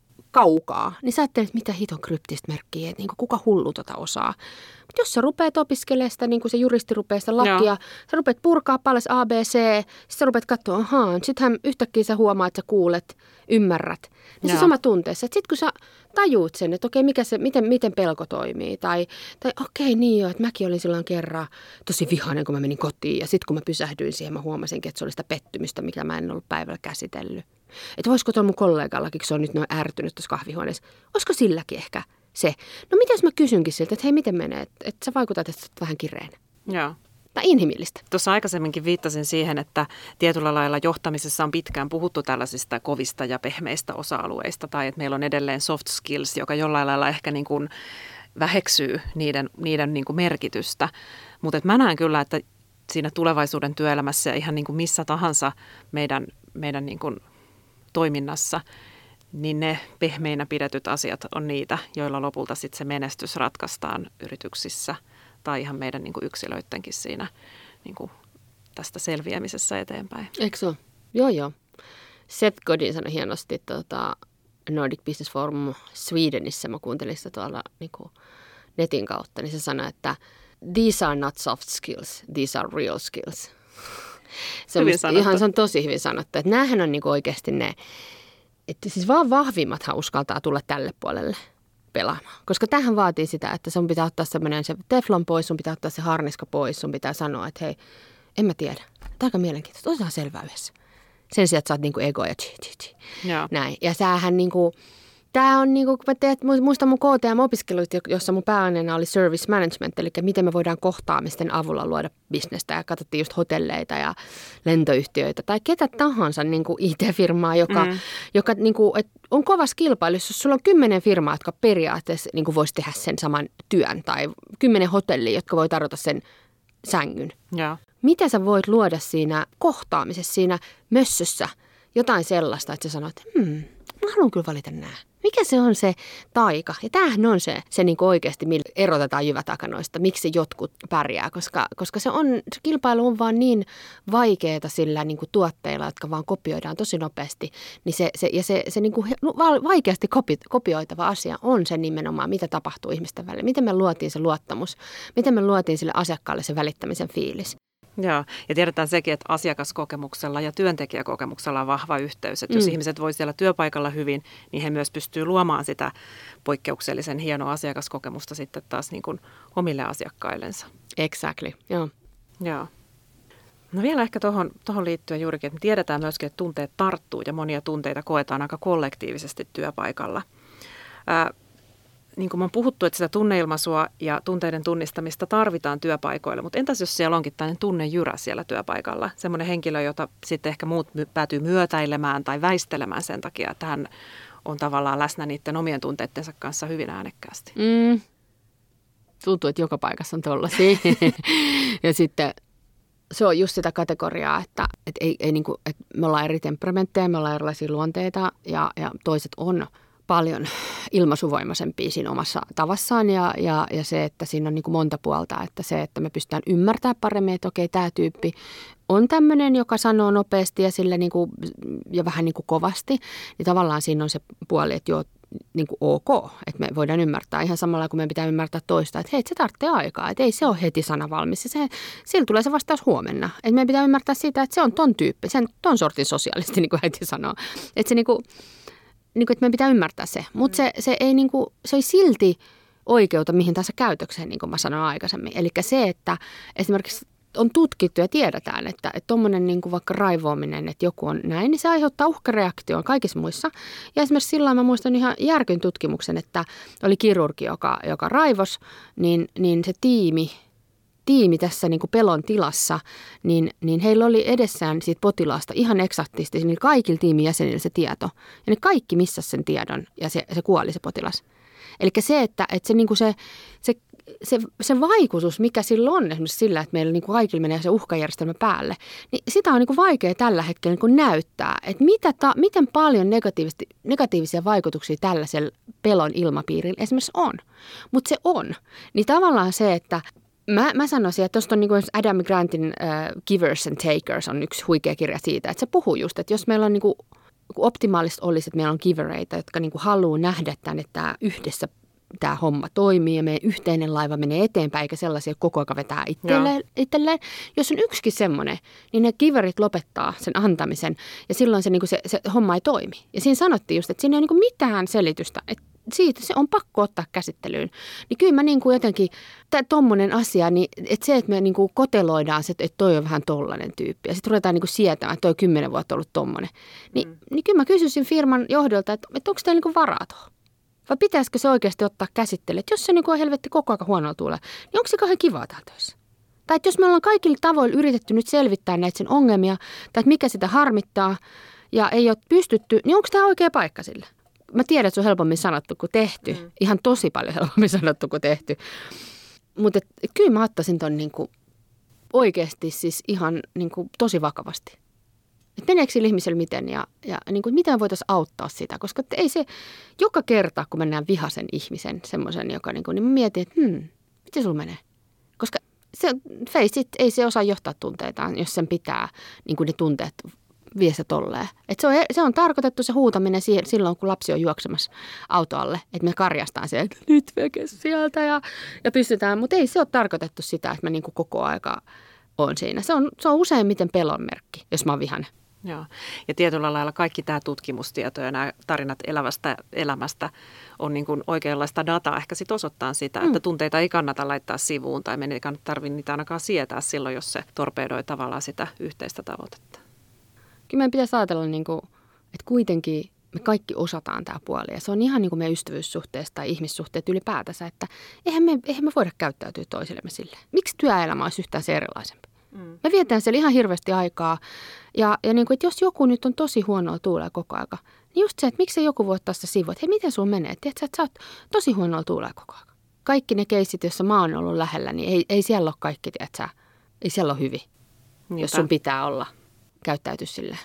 kaukaa, niin sä ajattelet, että mitä hiton kryptistä merkkiä, että kuka hullu tota osaa. Mutta jos sä rupeat opiskelemaan sitä, niin kuin se juristi rupeaa sitä lakia, sä rupeat purkaa paljon ABC, sitten sä rupeat katsoa, sittenhän yhtäkkiä sä huomaat, että sä kuulet, ymmärrät. Niin se sama tunteessa. Sitten kun sä tajuut sen, että okei, miten pelko toimii, tai okei, niin jo, että mäkin olin silloin kerran tosi vihainen, kun mä menin kotiin, ja sitten kun mä pysähdyin siihen, mä huomasinkin, että se oli sitä pettymystä, mikä mä en ollut päivällä käsitellyt. Että voisiko tuolla mun kollegallakin, kun se on nyt noin ärtynyt tuossa kahvihuoneessa, olisiko silläkin ehkä se? No mitä jos mä kysynkin siltä, että hei, miten menee, että sä vaikutat, että sä oot vähän kireänä. Joo. Tai inhimillistä. Tuossa aikaisemminkin viittasin siihen, että tietyllä lailla johtamisessa on pitkään puhuttu tällaisista kovista ja pehmeistä osa-alueista, tai että meillä on edelleen soft skills, joka jollain lailla ehkä väheksyy niiden merkitystä. Mutta mä näen kyllä, että siinä tulevaisuuden työelämässä ja ihan missä tahansa meidän toiminnassa, niin ne pehmeinä pidetyt asiat on niitä, joilla lopulta sitten se menestys ratkaistaan yrityksissä tai ihan meidän yksilöidenkin siinä tästä selviämisessä eteenpäin. Eikö se ole? Joo. Seth Godin sanoi hienosti Nordic Business Forum Swedenissä, mä kuuntelin sitä tuolla netin kautta, niin se sanoi, että these are not soft skills, these are real skills. Se on tosi hyvin sanottu, että näähän on oikeasti ne, että siis vaan vahvimmathan uskaltaa tulla tälle puolelle pelaamaan. Koska tämähän vaatii sitä, että sun pitää ottaa se teflon pois, sun pitää ottaa se harniska pois, sun pitää sanoa, että hei, en mä tiedä. Tämä on aika mielenkiintoista, otetaan selvää yhdessä. Sen sijaan, että sä oot ego ja näin. Ja sähän tämä on kun mä muistan mun KTM-opiskeluita, jossa mun pääaineena oli service management, eli miten me voidaan kohtaamisten avulla luoda bisnestä. Ja katsottiin just hotelleita ja lentoyhtiöitä tai ketä tahansa IT-firmaa, joka on kovassa kilpailussa. Jos sulla on 10 firmaa, jotka periaatteessa voisi tehdä sen saman työn tai 10 hotellia, jotka voi tarjota sen sängyn. Ja. Mitä sä voit luoda siinä kohtaamisessa, siinä mössössä jotain sellaista, että sä sanot, mä haluan kyllä valita nämä. Mikä se on se taika? Ja tämähän on se oikeasti, millä erotetaan jyvätakanoista, miksi jotkut pärjää, koska se kilpailu on vaan niin vaikeaa sillä tuotteilla, jotka vaan kopioidaan tosi nopeasti. Niin se vaikeasti kopioitava asia on se nimenomaan, mitä tapahtuu ihmisten välillä. Miten me luotiin se luottamus, miten me luotiin sille asiakkaalle se välittämisen fiilis. Joo, ja tiedetään sekin, että asiakaskokemuksella ja työntekijäkokemuksella on vahva yhteys. Että jos ihmiset voi siellä työpaikalla hyvin, niin he myös pystyy luomaan sitä poikkeuksellisen hienoa asiakaskokemusta sitten taas omille asiakkaillensa. Exactly, joo. No vielä ehkä tuohon liittyen juurikin, että me tiedetään myöskin, että tunteet tarttuu ja monia tunteita koetaan aika kollektiivisesti työpaikalla. Niin kuin me on puhuttu, että sitä tunneilmaisua ja tunteiden tunnistamista tarvitaan työpaikoilla, mutta entäs jos siellä onkin tällainen tunnejyrä siellä työpaikalla? Semmoinen henkilö, jota sitten ehkä muut päätyy myötäilemään tai väistelemään sen takia, että hän on tavallaan läsnä niiden omien tunteittensa kanssa hyvin äänekkäästi. tuntuu, että joka paikassa on tollaisia. Ja sitten se on just sitä kategoriaa, että ei niin kuin, että me ollaan eri temperamentteja, me ollaan erilaisia luonteita ja toiset on paljon ilmaisuvoimaisempia siinä omassa tavassaan ja se, että siinä on niin kuin monta puolta, että se, että me pystytään ymmärtämään paremmin, että okei, tämä tyyppi on tämmöinen, joka sanoo nopeasti ja, sille niin kuin, ja vähän niin kuin kovasti, niin tavallaan siinä on se puoli, että joo, niin kuin ok, että me voidaan ymmärtää ihan samalla, kun meidän pitää ymmärtää toista, että hei, se tarvitsee aikaa, että ei se ole heti sana valmis ja sillä tulee se vastaus huomenna. Että meidän pitää ymmärtää sitä, että se on ton tyyppi, sen ton sortin sosiaalisti, niin kuin heti sanoo. Että se niin kuin, että meidän pitää ymmärtää se, mutta se ei niin kuin, se ei silti oikeuta mihin tahansa käytökseen, niin kuin mä sanoin aikaisemmin. Eli se, että esimerkiksi on tutkittu ja tiedetään, että tuommoinen niin kuin vaikka raivoaminen, että joku on näin, niin se aiheuttaa uhkareaktion kaikissa muissa. Ja esimerkiksi silloin mä muistan ihan järkyn tutkimuksen, että oli kirurgi, joka raivos, niin se tiimi tässä niin kuin pelon tilassa, niin heillä oli edessään siitä potilaasta ihan eksaktisti, niin kaikilla tiimin jäsenillä se tieto. Ja ne kaikki missasi sen tiedon ja se kuoli se potilas. Eli se, että se, niin kuin se vaikutus, mikä sillä on esimerkiksi sillä, että meillä niin kuin kaikilla menee se uhkajärjestelmä päälle, niin sitä on niin kuin vaikea tällä hetkellä niin kuin näyttää, että miten paljon negatiivisia vaikutuksia tällaisella pelon ilmapiirillä esimerkiksi on. Mutta se on. Niin tavallaan se, että Mä sanoisin, että tuosta on niin kuin Adam Grantin Givers and Takers on yksi huikea kirja siitä, että se puhuu just, että jos meillä on niin kuin, optimaalista olisi, että meillä on givereita, jotka niin kuin haluaa nähdä tämän, että tämä yhdessä tämä homma toimii ja meidän yhteinen laiva menee eteenpäin, eikä sellaisia koko ajan vetää itselleen. Jos on yksikin semmoinen, niin ne giverit lopettaa sen antamisen ja silloin se, niin kuin se homma ei toimi. Ja siinä sanottiin just, että siinä ei ole niin kuin mitään selitystä, että siitä se on pakko ottaa käsittelyyn. Niin kyllä mä niin kuin jotenkin, tommonen asia, niin että se, että me niin kuin koteloidaan se, että toi on vähän tollainen tyyppi. Ja sitten ruvetaan niin kuin sietämään, että toi 10 vuotta ollut tommonen. Niin kyllä mä kysyisin firman johdolta, että onko teillä niin kuin varaa tuohon? Vai pitäisikö se oikeasti ottaa käsittelyyn? Että jos se niin kuin on helvetti koko ajan huonoa tuulla, niin onko se kauhean kivaa täällä töissä? Tai että jos me ollaan kaikilla tavoilla yritetty nyt selvittää näitä sen ongelmia, tai että mikä sitä harmittaa, ja ei ole pystytty, niin onko tämä oikea paikka sille? Mä tiedän, että se on helpommin sanottu kuin tehty. Ihan tosi paljon helpommin sanottu kuin tehty. Mutta kyllä mä ottaisin ton niinku oikeasti siis ihan niinku tosi vakavasti. Et meneekö sillä ihmisellä miten ja niinku, miten voitaisiin auttaa sitä. Koska ei se joka kerta, kun mennään vihaisen ihmisen, semmoisen, joka niinku, niin mä mietin, että miten sulla menee? Koska se face it, ei se osaa johtaa tunteitaan, jos sen pitää niinku ne tunteet vie se tolleen. Et se on tarkoitettu se huutaminen silloin, kun lapsi on juoksemassa autoalle, että me karjastaan sieltä, nyt veke sieltä ja pystytään. Mutta ei se ole tarkoitettu sitä, että mä niinku koko aika on siinä. Se on useimmiten pelon merkki, jos mä oon vihainen. Joo. Ja tietyllä lailla kaikki tämä tutkimustieto ja nämä tarinat elävästä elämästä on niin kuin oikeanlaista dataa. Ehkä sitten osoittaa sitä, että tunteita ei kannata laittaa sivuun tai meidän ei tarvitse niitä ainakaan sietää silloin, jos se torpedoi tavallaan sitä yhteistä tavoitetta. Kyllä meidän pitäisi ajatella, että kuitenkin me kaikki osataan tämä puoli. Ja se on ihan niin kuin meidän ystävyyssuhteesta tai ihmissuhteet ylipäätänsä, että eihän me voida käyttäytyä toisillemme silleen. Miksi työelämä olisi yhtään se erilaisempi? Me vietään siellä ihan hirveästi aikaa. Ja niin kuin, että jos joku nyt on tosi huonoa tuulella koko aika, niin just se, että miksi joku voi ottaa sitä sivua, että hei, miten sun menee? Tiedätkö, että sä oot tosi huonoa tuulella koko aika. Kaikki ne keissit, joissa mä oon ollut lähellä, niin ei siellä ole kaikki, tiedätkö, ei siellä ole hyvin, jos sun pitää olla. Käyttäyty silleen.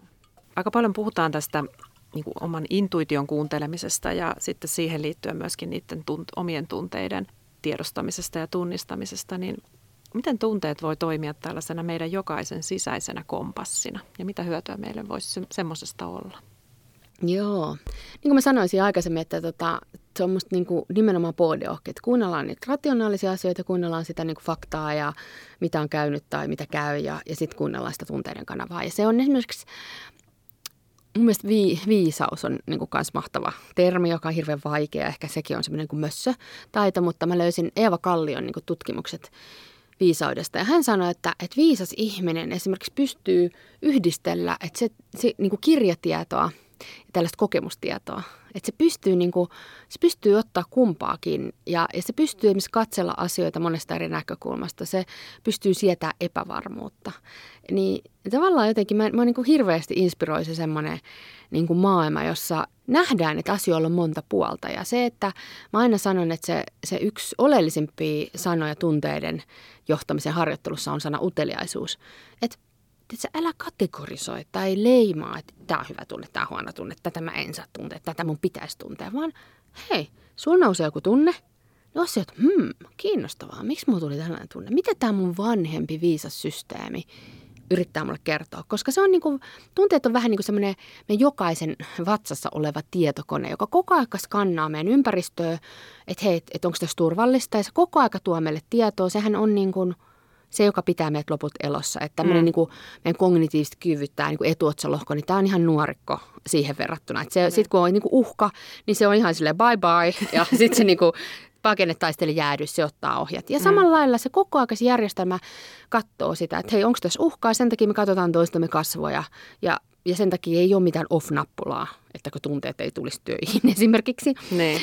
Aika paljon puhutaan tästä niin kuin oman intuition kuuntelemisesta ja sitten siihen liittyen myöskin niiden omien tunteiden tiedostamisesta ja tunnistamisesta. Niin miten tunteet voi toimia tällaisena meidän jokaisen sisäisenä kompassina ja mitä hyötyä meille voisi semmoisesta olla? Joo. Niin kuin mä sanoisin aikaisemmin, että se on musta niin kuin nimenomaan pohdeohje, että kuunnellaan niitä rationaalisia asioita, kuunnellaan sitä niin kuin faktaa ja mitä on käynyt tai mitä käy ja sitten kuunnellaan sitä tunteiden kanavaa. Ja se on esimerkiksi, mun mielestä viisaus on niin kuin kans mahtava termi, joka on hirveän vaikea. Ehkä sekin on semmoinen kuin mössötaito, mutta mä löysin Eeva Kallion niin kuin tutkimukset viisaudesta. Ja hän sanoi, että viisas ihminen esimerkiksi pystyy yhdistellä, että se niin kuin kirjatietoa ja tällaista kokemustietoa. Että se pystyy ottaa kumpaakin ja se pystyy esimerkiksi katsella asioita monesta eri näkökulmasta. Se pystyy sietämään epävarmuutta. Niin tavallaan jotenkin mä niin kuin hirveästi inspiroi se semmoinen niin kuin maailma, jossa nähdään, että asioilla on monta puolta. Ja se, että mä aina sanon, että se yksi oleellisimpia sanoja tunteiden johtamisen harjoittelussa on sana uteliaisuus. Että älä kategorisoi tai leimaa, että tämä on hyvä tunne, tämä on huono tunne, tätä mä en saa tuntea, tätä mun pitäisi tuntea. Vaan hei, sulla nousee joku tunne, niin se, että kiinnostavaa, miksi mulla tuli tällainen tunne? Mitä tämä mun vanhempi viisas systeemi yrittää mulle kertoa? Koska se on niin kuin, tunteet on vähän niin kuin semmoinen meidän jokaisen vatsassa oleva tietokone, joka koko ajan skannaa meidän ympäristöä, että hei, että onko tässä turvallista, ja se koko ajan tuo meille tietoa. Sehän on niin kuin se, joka pitää meidät loput elossa. Että tämmöinen niin kuin meidän kognitiiviset kyvyt, tämä niin etuotsalohko, niin tämä on ihan nuorikko siihen verrattuna. Sitten kun on niin kuin uhka, niin se on ihan silleen bye bye, ja sitten se niin kuin pakenne taisteli jäädy, se ottaa ohjat. Ja samalla lailla se koko ajan järjestelmä katsoo sitä, että hei, onko tässä uhkaa, sen takia me katsotaan toistamme kasvoja, ja sen takia ei ole mitään off-nappulaa, että kun tunteet ei tulisi töihin esimerkiksi. Ne.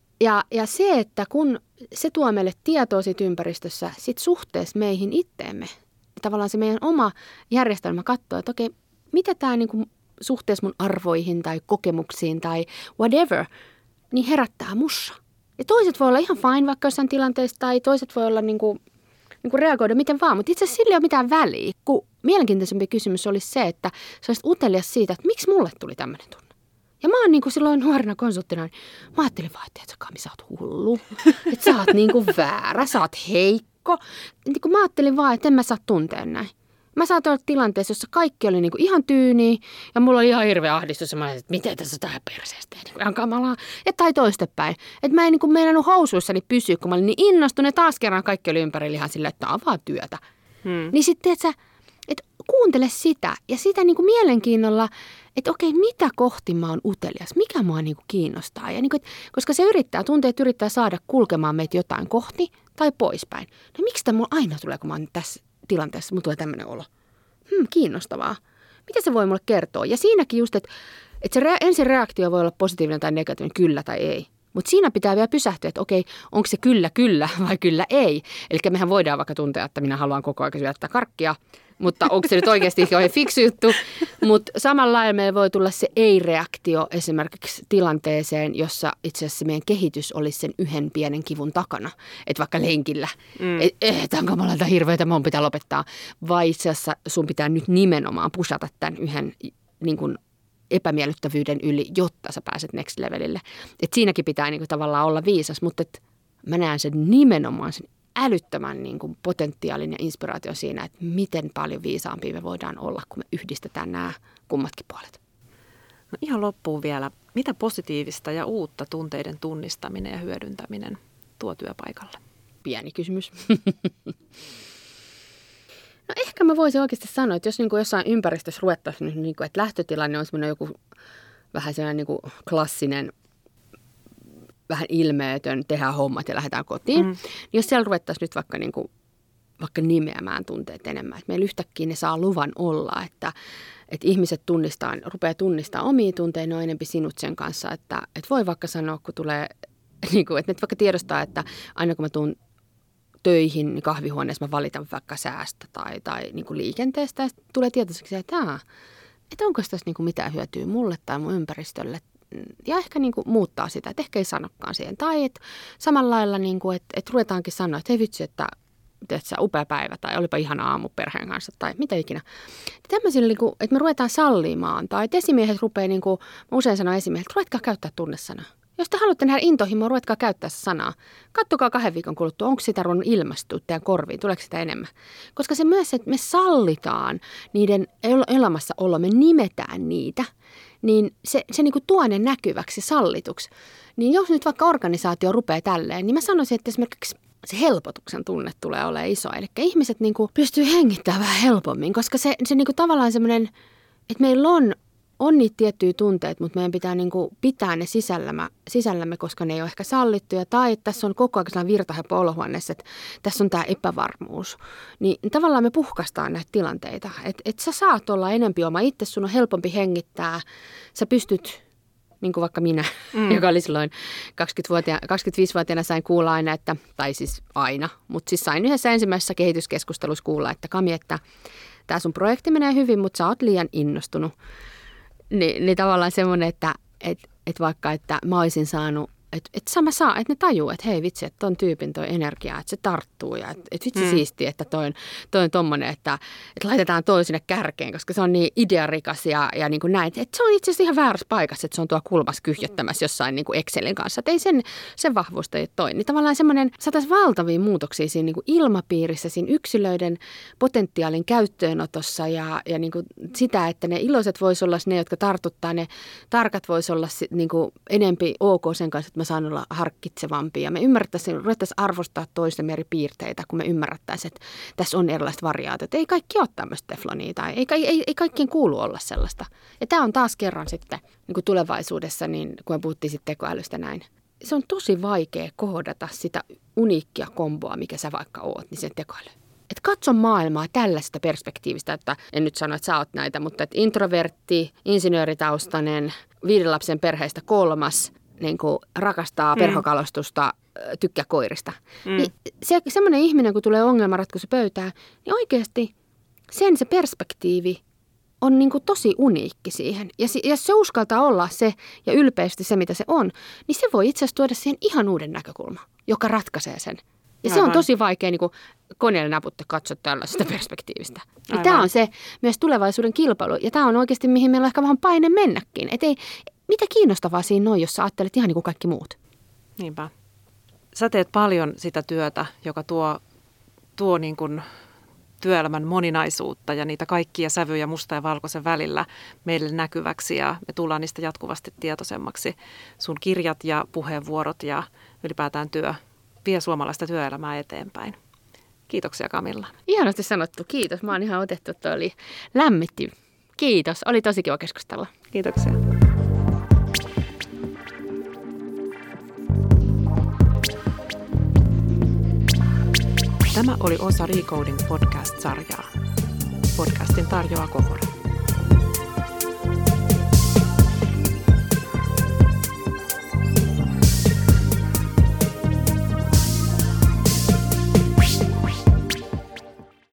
Ja se, että kun se tuo meille tietoa siitä ympäristössä, sit suhteessa meihin itteemme, tavallaan se meidän oma järjestelmä katsoo, että okei, mitä tämä niinku suhteessa mun arvoihin tai kokemuksiin tai whatever, niin herättää mussa. Ja toiset voi olla ihan fine vaikka jossain tilanteessa tai toiset voi olla niinku reagoida miten vaan, mutta itse asiassa sillä ei ole mitään väliä. Kun mielenkiintoisempi kysymys olisi se, että sä olisit utelias siitä, että miksi mulle tuli tämmöinen tunne. Ja mä oon silloin nuorena konsulttina, niin mä ajattelin vaan, että Kami, sä oot hullu, että sä oot väärä, sä oot heikko. Mä ajattelin vaan, että en mä saa tuntea näin. Mä saatoin olla tilanteessa, jossa kaikki oli ihan tyyniä ja mulla oli ihan hirveä ahdistus. Ja mä ajattelin, että miten tässä tähän perseestä, ihan kamalaa. Ja tai toistepäin. Että mä en meinannut housuissani pysyä, kun mä olin niin innostunut. Ja taas kerran kaikki oli ympärillä ihan silleen, että tää on vaan työtä. Niin sitten, että kuuntele sitä ja sitä mielenkiinnolla, että okei, mitä kohti mä oon utelias, mikä mua kiinnostaa. Ja koska se tunteet yrittää saada kulkemaan meitä jotain kohti tai poispäin. No miksi tämä mulla aina tulee, kun mä oon tässä tilanteessa, mulla tulee tämmöinen olo. Kiinnostavaa. Mitä se voi mulle kertoa? Ja siinäkin just, että se ensin reaktio voi olla positiivinen tai negatiivinen, kyllä tai ei. Mutta siinä pitää vielä pysähtyä, että okei, onko se kyllä vai kyllä ei. Eli mehän voidaan vaikka tuntea, että minä haluan koko ajan syöttää karkkia, mutta onko se nyt oikeasti fiksu juttu. Mutta samalla lailla meillä voi tulla se ei-reaktio esimerkiksi tilanteeseen, jossa itse asiassa meidän kehitys olisi sen yhden pienen kivun takana. Että vaikka lenkillä, että tämä on kamalalta hirveätä, mun pitää lopettaa. Vai itse asiassa sun pitää nyt nimenomaan pushata tämän yhden epämiellyttävyyden yli, jotta sä pääset next levelille. Et siinäkin pitää tavallaan olla viisas, mutta mä näen sen nimenomaan sen älyttömän potentiaalin ja inspiraatio siinä, että miten paljon viisaampia me voidaan olla, kun me yhdistetään nämä kummatkin puolet. No ihan loppuun vielä, mitä positiivista ja uutta tunteiden tunnistaminen ja hyödyntäminen tuo työpaikalle? Pieni kysymys. No ehkä mä voisin oikeasti sanoa, että jos jossain ympäristössä ruvettaisiin, että lähtötilanne on semmoinen joku vähän sellainen klassinen, vähän ilmeetön, tehdään hommat ja lähdetään kotiin. Niin jos siellä ruvettaisiin nyt vaikka nimeämään tunteet enemmän, että meillä yhtäkkiä ne saa luvan olla, että ihmiset rupeaa tunnistaa omia tunteita, ne on enemmän sinut sen kanssa, että voi vaikka sanoa, kun tulee, että nyt vaikka tiedostaa, että aina kun mä tuun töihin, niin kahvihuoneessa mä valitan vaikka säästä tai liikenteestä. Ja tulee tietoiseksi, että onko tässä mitään hyötyä mulle tai mun ympäristölle. Ja ehkä muuttaa sitä, että ehkä ei sanokaan siihen. Tai että samalla lailla, että ruvetaankin sanoa, että hei vitsi, että teet sä upea päivä tai olipa ihana aamu perheen kanssa tai mitä ikinä. Tämmöisillä, että me ruvetaan sallimaan. Tai että esimiehet rupeaa, mä usein sanon esimiehet, että ruvetkaa käyttää tunnesanaa. Jos te haluatte nähdä intohimoa, ruvetkaa käyttää sitä sanaa. Kattokaa 2 viikon kuluttua, onko sitä ruvennut ilmastua teidän korviin, tuleeko sitä enemmän. Koska se myös, että me sallitaan niiden elämässäolo, me nimetään niitä, niin se tuo ne näkyväksi, sallituksi. Niin jos nyt vaikka organisaatio rupeaa tälleen, niin mä sanoisin, että esimerkiksi se helpotuksen tunne tulee olemaan iso. Eli ihmiset pystyy hengittämään vähän helpommin, koska se tavallaan semmoinen, että meillä on niitä tiettyjä tunteita, mutta meidän pitää niin kuin pitää ne sisällämme, koska ne ei ole ehkä sallittuja. Tai että tässä on koko ajan sellainen virtahepo olohuoneessa, että tässä on tämä epävarmuus. Niin tavallaan me puhkaistaan näitä tilanteita. Että sä saat olla enempi oma itse, sun on helpompi hengittää. Sä pystyt, niin kuin vaikka minä, joka oli silloin 25-vuotiaana sain kuulla aina, että, tai siis aina, mutta siis sain yhdessä ensimmäisessä kehityskeskustelussa kuulla, että Kami, että tämä sun projekti menee hyvin, mutta sä oot liian innostunut. Niin tavallaan semmoinen, että vaikka että mä olisin saanut, että ne tajuu, että hei vitsi, että ton tyypin toi energia, että se tarttuu ja että vitsi siistiä, että toi on tommonen, että laitetaan toi sinne kärkeen, koska se on niin idearikas ja niin kuin näin. Että se on itse asiassa ihan väärässä paikassa, että se on tuo kulmassa kyhjöttämässä jossain niin kuin Excelin kanssa. Että ei sen vahvuusta ei toi. Niin tavallaan semmoinen, saataisiin valtavia muutoksia siinä niin kuin ilmapiirissä, siinä yksilöiden potentiaalin käyttöönotossa ja niin kuin sitä, että ne iloiset vois olla ne, jotka tartuttaa, ne tarkat vois olla niin kuin enempi ok sen kanssa, että mä saan olla harkitsevampi ja me ruvettaisiin arvostaa toisten eri piirteitä, kun me ymmärrettäisiin, että tässä on erilaiset variaatiot. Ei kaikki ole tämmöistä teflonia tai ei kaikkien kuulu olla sellaista. Ja tämä on taas kerran sitten niin kuin tulevaisuudessa, niin kun me puhuttiin sitten tekoälystä näin. Se on tosi vaikea kohdata sitä uniikkia komboa, mikä sä vaikka oot, niin sen tekoäly. Et katso maailmaa tällaista perspektiivistä, että en nyt sano, että sä oot näitä, mutta että introvertti, insinööritaustainen, 5 lapsen perheestä 3, niin kuin rakastaa perhokalostusta, tykkää koirista. Niin semmoinen ihminen, kun tulee ongelmanratkaisupöytään, niin oikeasti se perspektiivi on niin kuin tosi uniikki siihen. Ja se uskaltaa olla se ja ylpeästi se, mitä se on, niin se voi itse asiassa tuoda siihen ihan uuden näkökulman, joka ratkaisee sen. Ja se on tosi vaikea niin kuin koneelle naputte katsoa tällaisesta perspektiivistä. Ja tämä on se myös tulevaisuuden kilpailu. Ja tämä on oikeasti, mihin meillä on ehkä vähän paine mennäkin. Mitä kiinnostavaa siinä on, jos sä ajattelet ihan niin kuin kaikki muut? Niinpä. Sä teet paljon sitä työtä, joka tuo niin kuin työelämän moninaisuutta ja niitä kaikkia sävyjä musta ja valkoisen välillä meille näkyväksi ja me tullaan niistä jatkuvasti tietoisemmaksi. Sun kirjat ja puheenvuorot ja ylipäätään työ vie suomalaista työelämää eteenpäin. Kiitoksia Camilla. Ihanasti sanottu. Kiitos. Mä oon ihan otettu. Tuo oli lämmitti. Kiitos. Oli tosi kiva keskustella. Kiitoksia. Tämä oli osa Recoding podcast-sarjaa. Podcastin tarjoaa Kouvola.